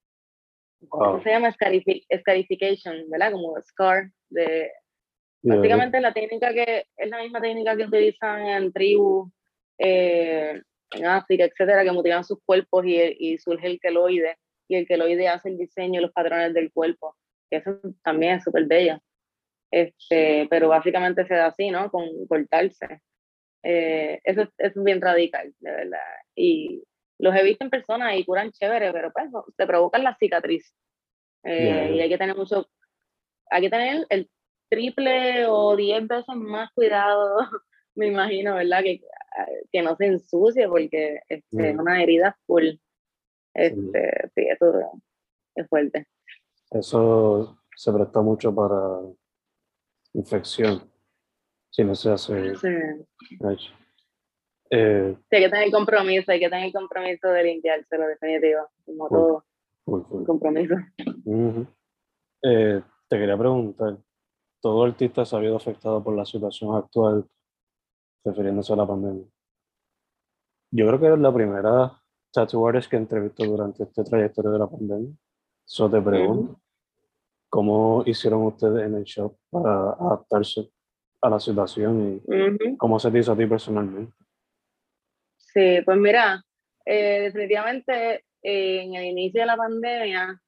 Eso wow. se llama scarification, ¿verdad? Como scar de, Yo, básicamente es la misma técnica que utilizan en tribus en África, etcétera, que mutilan sus cuerpos y surge el queloide. y el queloide hace el diseño y los patrones del cuerpo, que eso también es súper bello. Pero básicamente se da así, ¿no? Con cortarse. Eso es bien radical, de verdad. Y los he visto en persona y curan chévere, pero pues te provocan la cicatriz. Y hay que tener el triple o 10 veces más cuidado, me imagino, ¿verdad? Que no se ensucie porque es una herida full. Sí, eso es fuerte. Eso se presta mucho para infección, si no se hace. Sí. Sí, Hay que tener el compromiso de limpiárselo, definitivo, como todo, un compromiso. Te quería preguntar, ¿todo artista se ha habido afectado por la situación actual, refiriéndose a la pandemia? Yo creo que eres la primera tattoo artist que entrevisto durante esta trayectoria de la pandemia. Eso te pregunto, ¿cómo hicieron ustedes en el shop para adaptarse a la situación y cómo se te hizo a ti personalmente? Sí, pues mira, definitivamente en el inicio de la pandemia,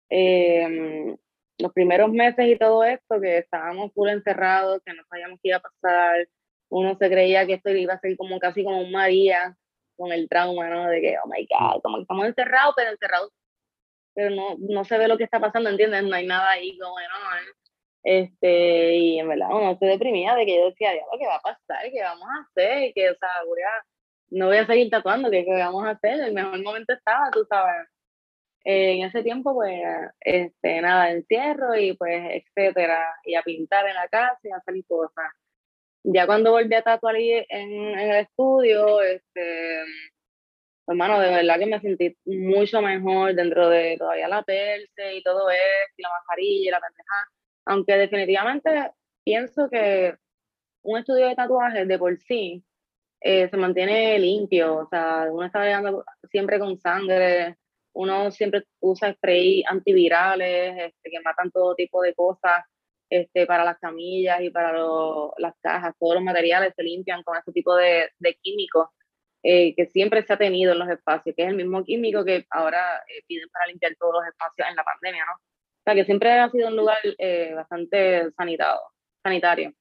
los primeros meses y todo esto, que estábamos full encerrados, que no sabíamos qué iba a pasar, uno se creía que esto iba a ser como casi como un María, con el trauma, ¿no? De que, oh my God, como que estamos encerrados, pero no se ve lo que está pasando, ¿entiendes? No hay nada ahí como, no, y en verdad uno se deprimía de que yo decía, Dios, ¿qué va a pasar? ¿Qué vamos a hacer? Y que, o sea, no voy a seguir tatuando, ¿qué vamos a hacer? El mejor momento estaba, tú sabes. En ese tiempo, pues, nada, encierro y pues, etcétera, y a pintar en la casa y a hacer cosas. Ya cuando volví a tatuar ahí en el estudio, hermano, de verdad que me sentí mucho mejor dentro de todavía la perse y todo eso, y la mascarilla y la pendeja. Aunque definitivamente pienso que un estudio de tatuajes de por sí se mantiene limpio, o sea, uno está llegando siempre con sangre, uno siempre usa spray antivirales que matan todo tipo de cosas para las camillas y para las cajas, todos los materiales se limpian con ese tipo de químicos que siempre se ha tenido en los espacios, que es el mismo químico que ahora piden para limpiar todos los espacios en la pandemia, ¿no? O sea, que siempre ha sido un lugar bastante sanitario.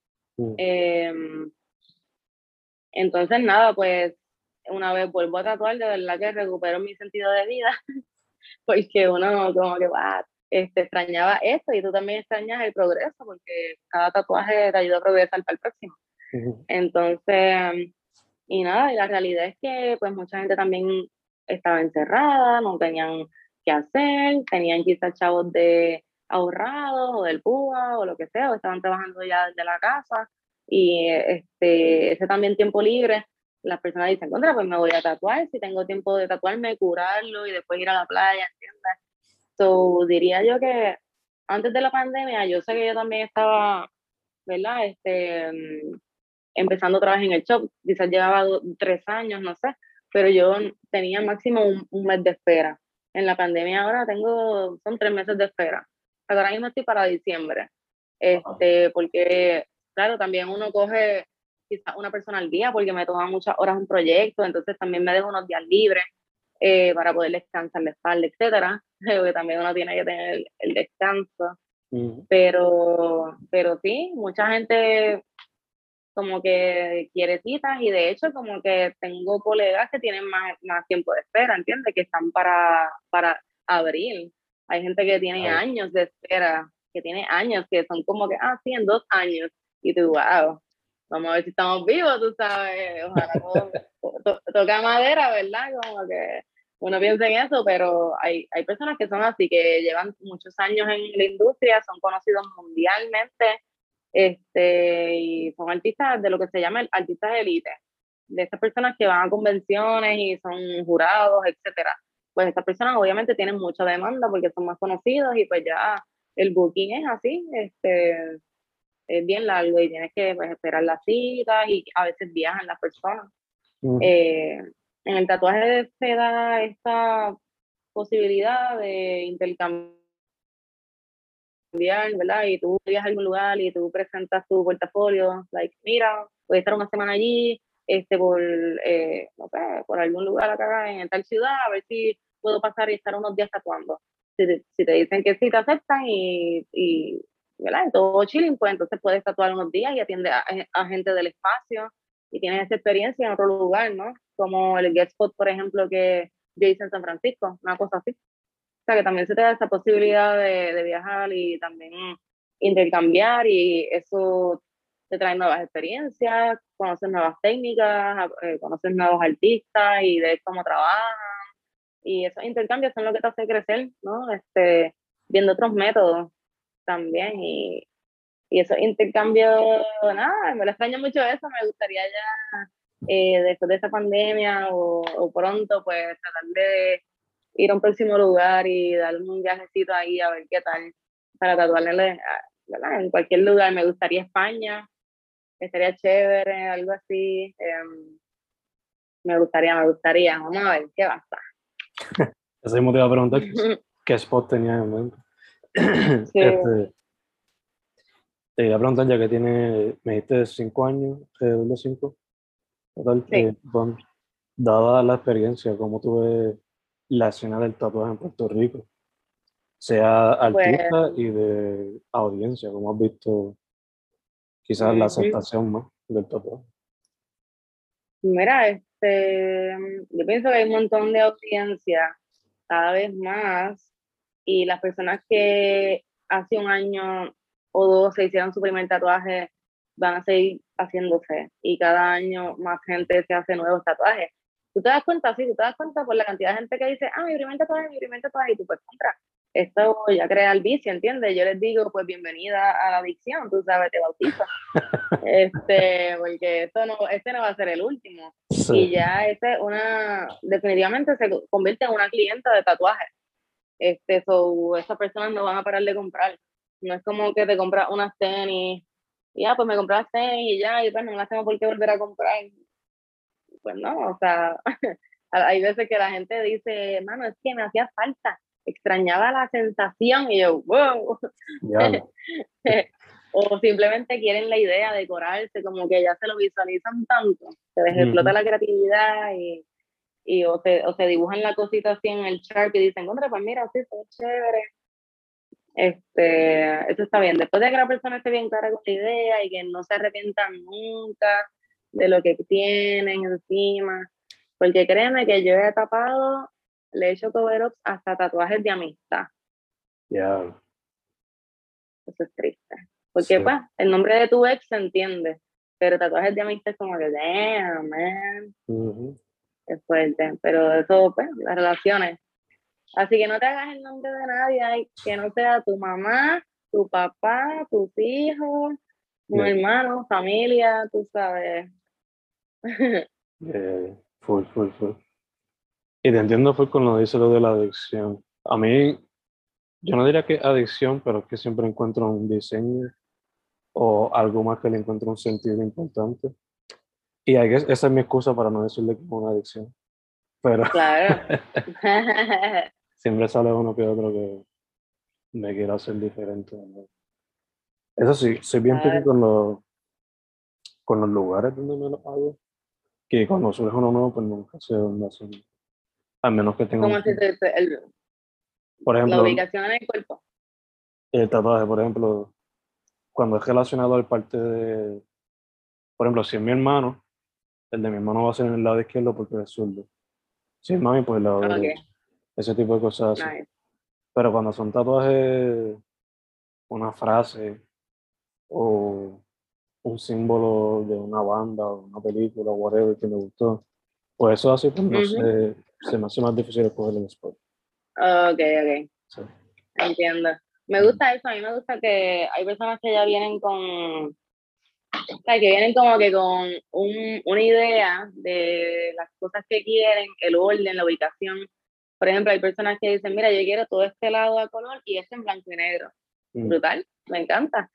Entonces, nada, pues una vez vuelvo a tatuar, de verdad que recupero mi sentido de vida, porque uno como que extrañaba esto y tú también extrañas el progreso, porque cada tatuaje te ayuda a progresar para el próximo. Entonces, y nada, y la realidad es que pues mucha gente también estaba encerrada, no tenían qué hacer, tenían quizás chavos de ahorrados o del PUA o lo que sea, o estaban trabajando ya desde la casa y ese también tiempo libre, las personas dicen, contra, pues me voy a tatuar, si tengo tiempo de tatuarme, curarlo y después ir a la playa, ¿entiendes? So, diría yo que antes de la pandemia, yo sé que yo también estaba, ¿verdad? Empezando otra vez en el shop, quizás llevaba 3 años, no sé, pero yo tenía máximo un mes de espera. En la pandemia ahora son 3 meses de espera. Pero ahora mismo estoy para diciembre, porque claro, también uno coge quizás una persona al día porque me toma muchas horas un proyecto, entonces también me dejo unos días libres para poder descansar la espalda, etcétera, porque también uno tiene que tener el descanso. Pero sí, mucha gente como que quiere citas y de hecho como que tengo colegas que tienen más tiempo de espera, ¿entiendes? Que están para abril. Hay gente que tiene años de espera, que tiene años, que son como que, sí, en 2 años. Y tú, wow, vamos a ver si estamos vivos, tú sabes, ojalá toca madera, ¿verdad? Como que uno piensa en eso, pero hay personas que son así, que llevan muchos años en la industria, son conocidos mundialmente y son artistas de lo que se llama artistas élite, de estas personas que van a convenciones y son jurados, etcétera. Pues estas personas obviamente tienen mucha demanda porque son más conocidos y pues ya el booking es así, es bien largo y tienes que pues, esperar las citas y a veces viajan las personas. En el tatuaje se da esta posibilidad de intercambiar, ¿verdad? Y tú llegas a algún lugar y tú presentas tu portafolio, like, mira, voy a estar una semana allí, no sé, por algún lugar acá en tal ciudad, a ver si puedo pasar y estar unos días tatuando. Si te dicen que sí, te aceptan ¿verdad? Y todo chilling, pues entonces puedes tatuar unos días y atiende a gente del espacio y tienes esa experiencia en otro lugar, ¿no? Como el Get Spot, por ejemplo, que yo hice en San Francisco, una cosa así. O sea, que también se te da esa posibilidad de viajar y también intercambiar y eso te trae nuevas experiencias, conoces nuevas técnicas, conoces nuevos artistas y de cómo trabajan. Y esos intercambios son lo que te hace crecer, ¿no? Viendo otros métodos también y esos intercambios, nada, me lo extraño mucho eso, me gustaría ya después de esa pandemia o pronto pues tratar de ir a un próximo lugar y darme un viajecito ahí a ver qué tal para tatuarle, ¿verdad? En cualquier lugar, me gustaría España, estaría chévere, algo así, me gustaría, vamos a ver qué va a estar. Ese mismo te iba a preguntar qué spot tenía en mente. Sí. Te iba a preguntar, ya que me dijiste 5 años, alrededor de 5, total, Sí. bueno, dada la experiencia, ¿cómo tú ves la escena del tatuaje en Puerto Rico? Sea Pues, artista y de audiencia, como has visto, quizás la aceptación más del tatuaje. mira, yo pienso que hay un montón de audiencia cada vez más y las personas que hace un año o dos se hicieron su primer tatuaje van a seguir haciéndose y cada año más gente se hace nuevos tatuajes. Tú te das cuenta, sí, tú te das cuenta por la cantidad de gente que dice, mi primer tatuaje, y tú pues contra. Esto ya crea el vicio, ¿entiendes? Yo les digo, pues bienvenida a la adicción, tú sabes, te bautizo. Porque este no va a ser el último. Sí. Y ya definitivamente se convierte en una clienta de tatuajes. Esas personas no van a parar de comprar. No es como que te compras unas tenis, y ya, pues me compras tenis y ya, y pues no las tengo por qué volver a comprar. Pues no, o sea, hay veces que la gente dice, mano, es que me hacía falta, extrañaba la sensación, y yo, wow. Ya. O simplemente quieren la idea de decorarse, como que ya se lo visualizan tanto, se les explota la creatividad o se dibujan la cosita así en el chart y dicen, hombre, pues mira, sí, está chévere. Eso está bien. Después de que la persona esté bien clara con la idea y que no se arrepientan nunca de lo que tienen encima, porque créeme que yo he tapado, le he hecho cover-ups hasta tatuajes de amistad. Ya. Eso es triste. Sí. Porque, pues, el nombre de tu ex se entiende, pero tatuajes de amistad es como que, damn, man, es fuerte. Pero eso, pues, las relaciones. Así que no te hagas el nombre de nadie, que no sea tu mamá, tu papá, tus hijos, un hermano, familia, tú sabes. Full, full, full. Y te entiendo fue con lo que dice lo de la adicción. A mí, yo no diría que adicción, pero es que siempre encuentro un diseño o algo más que le encuentro un sentido importante. Y esa es mi excusa para no decirle que es una adicción. Pero Claro. siempre sale uno que otro que me quiera hacer diferente, ¿no? Eso sí, soy bien picky Claro. con los lugares donde me lo hago. Que cuando surge uno nuevo, pues nunca sé dónde hacerlo. A menos que tenga ¿Cómo así por la ejemplo, ubicación en el cuerpo? el tatuaje, por ejemplo, cuando es relacionado al parte de, por ejemplo, si es mi hermano, el de mi hermano va a ser en el lado izquierdo porque es zurdo. Si es mami, pues el lado derecho. Ok, Ese tipo de cosas así. nice. Pero cuando son tatuajes, una frase o un símbolo de una banda o una película o whatever que me gustó, pues eso así, pues no sé, se me hace más difícil escoger el spot. Ok, Sí. entiendo. Me gusta eso, a mí me gusta que hay personas que ya vienen o sea, que vienen como que con una idea de las cosas que quieren, el orden, la ubicación. Por ejemplo, hay personas que dicen, mira, yo quiero todo este lado a color y este en blanco y negro. Brutal, me encanta.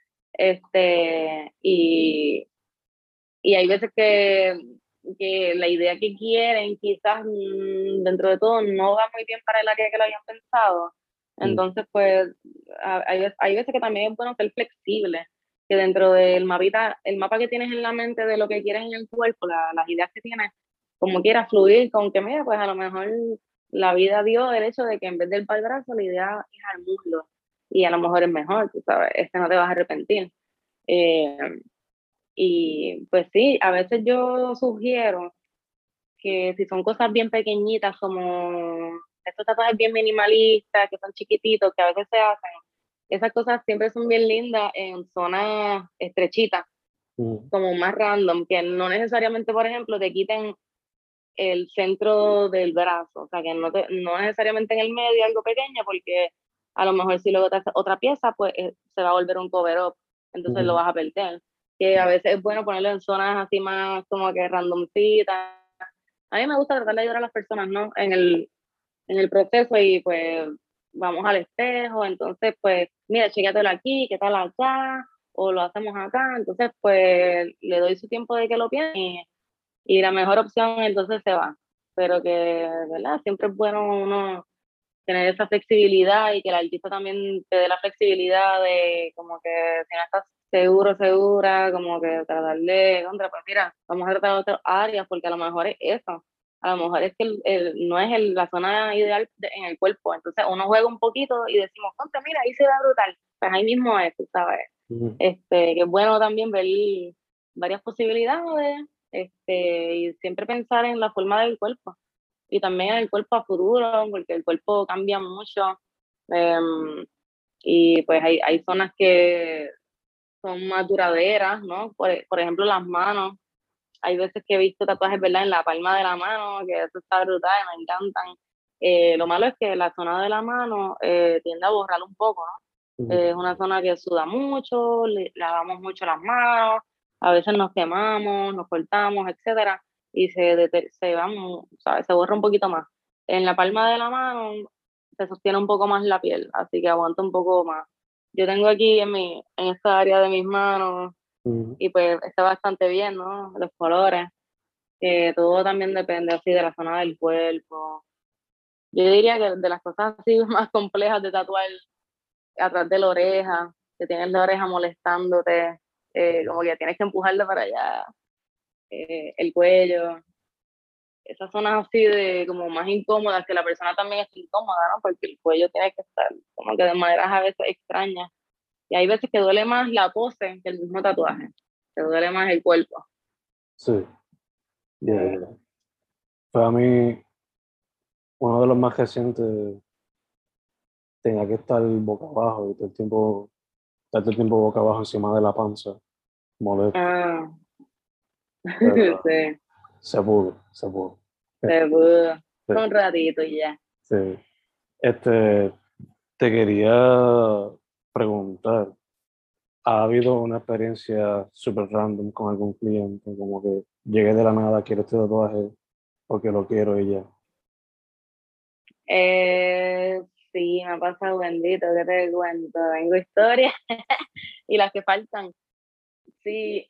Y hay veces que la idea que quieren quizás dentro de todo no va muy bien para el área que lo habían pensado. Entonces, pues, hay veces que también es bueno ser flexible, que dentro del mapita, el mapa que tienes en la mente de lo que quieres en el cuerpo, las ideas que tienes, como quieras fluir con que, mira, pues a lo mejor la vida dio el hecho de que en vez del pal brazo, la idea es al muslo. Y a lo mejor es mejor, tú sabes, no te vas a arrepentir. Eh, y pues sí, a veces yo sugiero que si son cosas bien pequeñitas, como estos tatuajes bien minimalistas, que son chiquititos, que a veces se hacen, esas cosas siempre son bien lindas en zonas estrechitas, como más random, que no necesariamente, por ejemplo, te quiten el centro del brazo, o sea, que no necesariamente en el medio algo pequeño, porque a lo mejor si luego te haces otra pieza, pues se va a volver un cover-up, entonces lo vas a perder. Que a veces es bueno ponerlo en zonas así más como que randomcitas. A mí me gusta tratar de ayudar a las personas, ¿no? En el proceso y pues vamos al espejo, entonces pues mira, chécatelo aquí, ¿qué tal acá? O lo hacemos acá, entonces pues le doy su tiempo de que lo piense y la mejor opción entonces se va. Pero que, ¿verdad? Siempre es bueno uno tener esa flexibilidad y que el artista también te dé la flexibilidad de como que si no estás seguro, segura, como que tratar de, contra, pues mira, vamos a tratar otras áreas porque a lo mejor es eso. A lo mejor es que no es la zona ideal en el cuerpo. Entonces uno juega un poquito y decimos, contra, mira, ahí se da brutal. Pues ahí mismo es, tú sabes. Que es bueno también ver varias posibilidades, y siempre pensar en la forma del cuerpo y también en el cuerpo a futuro, porque el cuerpo cambia mucho, y pues hay zonas que son más duraderas, ¿no? Por ejemplo, las manos. Hay veces que he visto tatuajes, ¿verdad? En la palma de la mano, que eso está brutal, me encantan. Lo malo es que la zona de la mano tiende a borrar un poco, ¿no? Es una zona que suda mucho, lavamos mucho las manos, a veces nos quemamos, nos cortamos, etcétera, y ¿sabes? Se borra un poquito más. En la palma de la mano se sostiene un poco más la piel, así que aguanta un poco más. Yo tengo aquí en esta área de mis manos, y pues está bastante bien, ¿no? Los colores, que todo también depende así de la zona del cuerpo. Yo diría que de las cosas así más complejas de tatuar atrás de la oreja, que tienes la oreja molestándote, como que tienes que empujarle para allá, el cuello, esas zonas así de como más incómodas, que la persona también está incómoda, ¿no? Porque el cuello tiene que estar como que de maneras a veces extrañas. Y hay veces que duele más la pose que el mismo tatuaje, que duele más el cuerpo. Sí, yeah. Para mí, uno de los más recientes tenía que estar boca abajo y todo el tiempo, estar todo el tiempo boca abajo encima de la panza, molesto, Ah, pero sí, se pudo, se pudo. se pudo. Sí, Fue un ratito y ya. sí. Este, te quería preguntar, ¿ha habido una experiencia súper random con algún cliente? Como que llegué de la nada, quiero este tatuaje porque lo quiero y ya. Eh, sí, me ha pasado bendito, ¿qué te cuento? Tengo historias y las que faltan. Sí,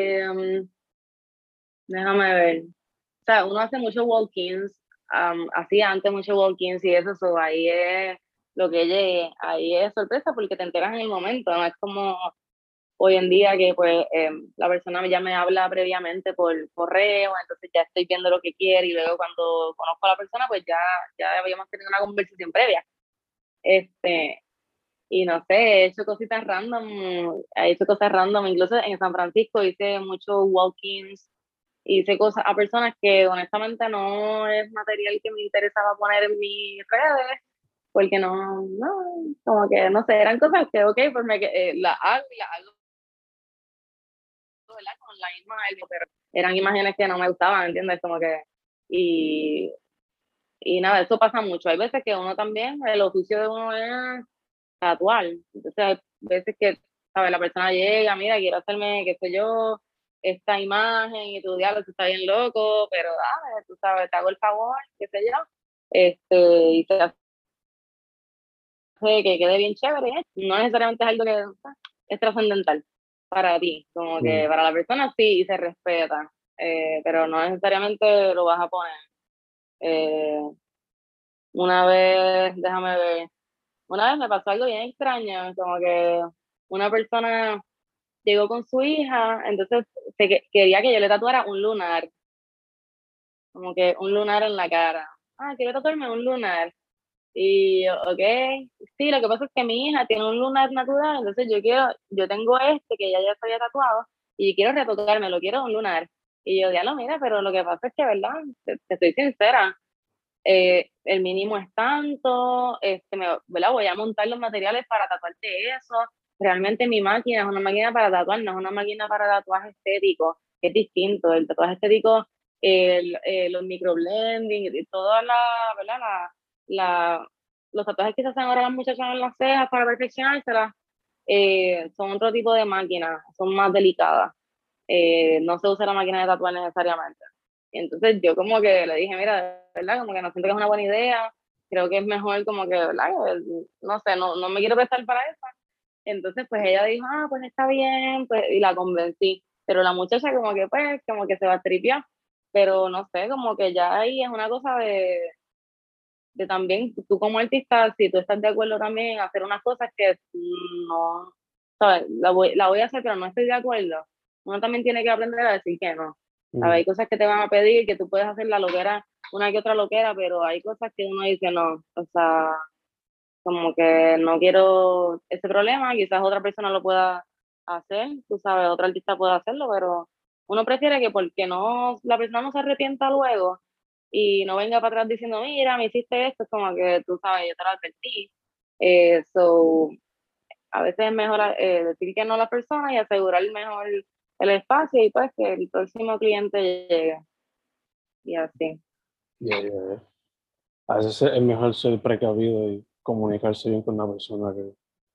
déjame ver. O sea, uno hace muchos walk-ins, hacía antes muchos walk-ins y eso, ahí es lo que llegue, ahí es sorpresa porque te enteras en el momento, no es como hoy en día que pues la persona ya me habla previamente por correo, entonces ya estoy viendo lo que quiere y luego cuando conozco a la persona pues ya habíamos tenido una conversación previa. Este, y no sé, he hecho cosas random, incluso en San Francisco hice muchos walk-ins, hice cosas a personas que honestamente no es material que me interesaba poner en mis redes, porque como que no sé, eran cosas que, ok, pues las hago y las hago, ¿verdad? Con la misma algo, pero eran imágenes que no me gustaban, ¿entiendes? Como que, y, y nada, eso pasa mucho. Hay veces que uno también, el oficio de uno es tatuar. Entonces hay veces que, ¿sabes? La persona llega, mira, quiero hacerme, qué sé yo, esta imagen y tu diálogo está bien loco, pero dale, tú sabes, te hago el favor, qué sé yo, y se hace que quede bien chévere. No necesariamente es algo que es trascendental para ti, como que para la persona sí y se respeta, pero no necesariamente lo vas a poner. Eh, una vez, déjame ver, una vez me pasó algo bien extraño, como que una persona llegó con su hija, entonces quería que yo le tatuara un lunar, como que un lunar en la cara. quiero tatuarme un lunar. Y yo, ok, sí, lo que pasa es que mi hija tiene un lunar natural, entonces yo tengo este que ya se había tatuado y quiero retocármelo, quiero un lunar. Y yo, lo mira, pero lo que pasa es que, ¿verdad? Te estoy sincera, el mínimo es tanto, ¿verdad? Voy a montar los materiales para tatuarte eso. Realmente mi máquina es una máquina para tatuar, no es una máquina para tatuaje estético, es distinto. El tatuaje estético, los microblending y toda ¿verdad? La, los tatuajes que se hacen ahora las muchachas en las cejas para perfeccionárselas, son otro tipo de máquinas, son más delicadas. No se usa la máquina de tatuar necesariamente. Entonces yo como que le dije, mira, ¿verdad? Como que no siento que es una buena idea, creo que es mejor como que, ¿verdad? No sé, no me quiero prestar para eso. Entonces pues ella dijo, pues está bien, pues, y la convencí. Pero la muchacha como que pues, como que se va a tripear. Pero no sé, como que ya ahí es una cosa de también, tú como artista, si tú estás de acuerdo también en hacer unas cosas que no, ¿sabes? La voy a hacer, pero no estoy de acuerdo. Uno también tiene que aprender a decir que no. ¿Sabes? Hay cosas que te van a pedir, que tú puedes hacer la loquera, una que otra loquera, pero hay cosas que uno dice no. O sea, como que no quiero ese problema, quizás otra persona lo pueda hacer, tú sabes, otro artista puede hacerlo, pero uno prefiere que porque no, la persona no se arrepienta luego y no venga para atrás diciendo, mira, me hiciste esto, es como que tú sabes, yo te lo advertí. So, a veces es mejor decir que no a la persona y asegurar mejor el espacio y pues que el próximo cliente llegue. Y así. Yeah. A veces es mejor ser precavido y comunicarse bien con la persona que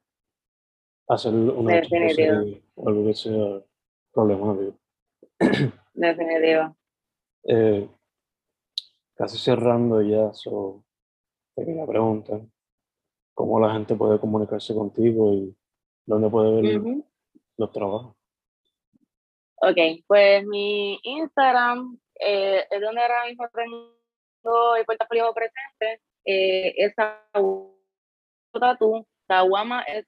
hacer una cosa Definitivo, o algo que sea problemático. definitivo. Eh, Casi cerrando ya, te quería preguntar cómo la gente puede comunicarse contigo y dónde puede ver Ujú. los trabajos. Ok, pues mi Instagram es donde ahora mismo tengo el portafolio presente. Es Tatu, Kawama es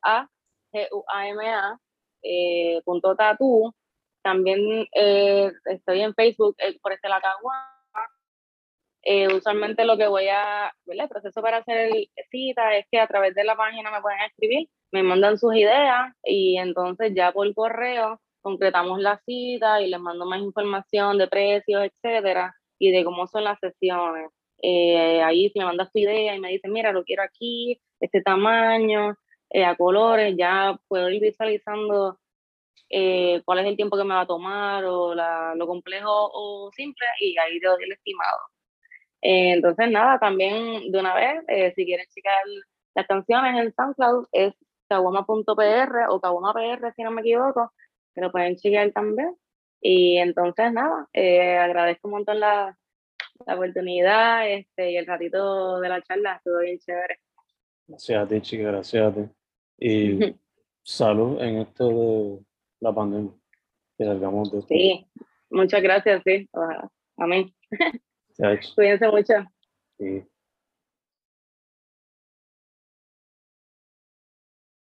Taguama, punto tatu. También estoy en Facebook por la Kawama. Usualmente lo que ¿verdad? El proceso para hacer cita es que a través de la página me pueden escribir, me mandan sus ideas y entonces ya por correo concretamos la cita y les mando más información de precios, etcétera, y de cómo son las sesiones. Ahí si me mandas tu idea y me dices, mira, lo quiero aquí, este tamaño, a colores, ya puedo ir visualizando cuál es el tiempo que me va a tomar o lo complejo o simple y ahí te doy el estimado. Entonces, nada, también de una vez, si quieren checar las canciones en SoundCloud, es caguama.pr o caguama.pr, si no me equivoco, que lo pueden checar también. Y entonces, nada, agradezco un montón la oportunidad y el ratito de la charla, estuvo bien chévere. Gracias a ti, chica, gracias a ti. Y salud en esto de la pandemia, que salgamos de esto. Sí, muchas gracias, sí. Ojalá. Amén. Se ha hecho. Cuídense mucho. Sí.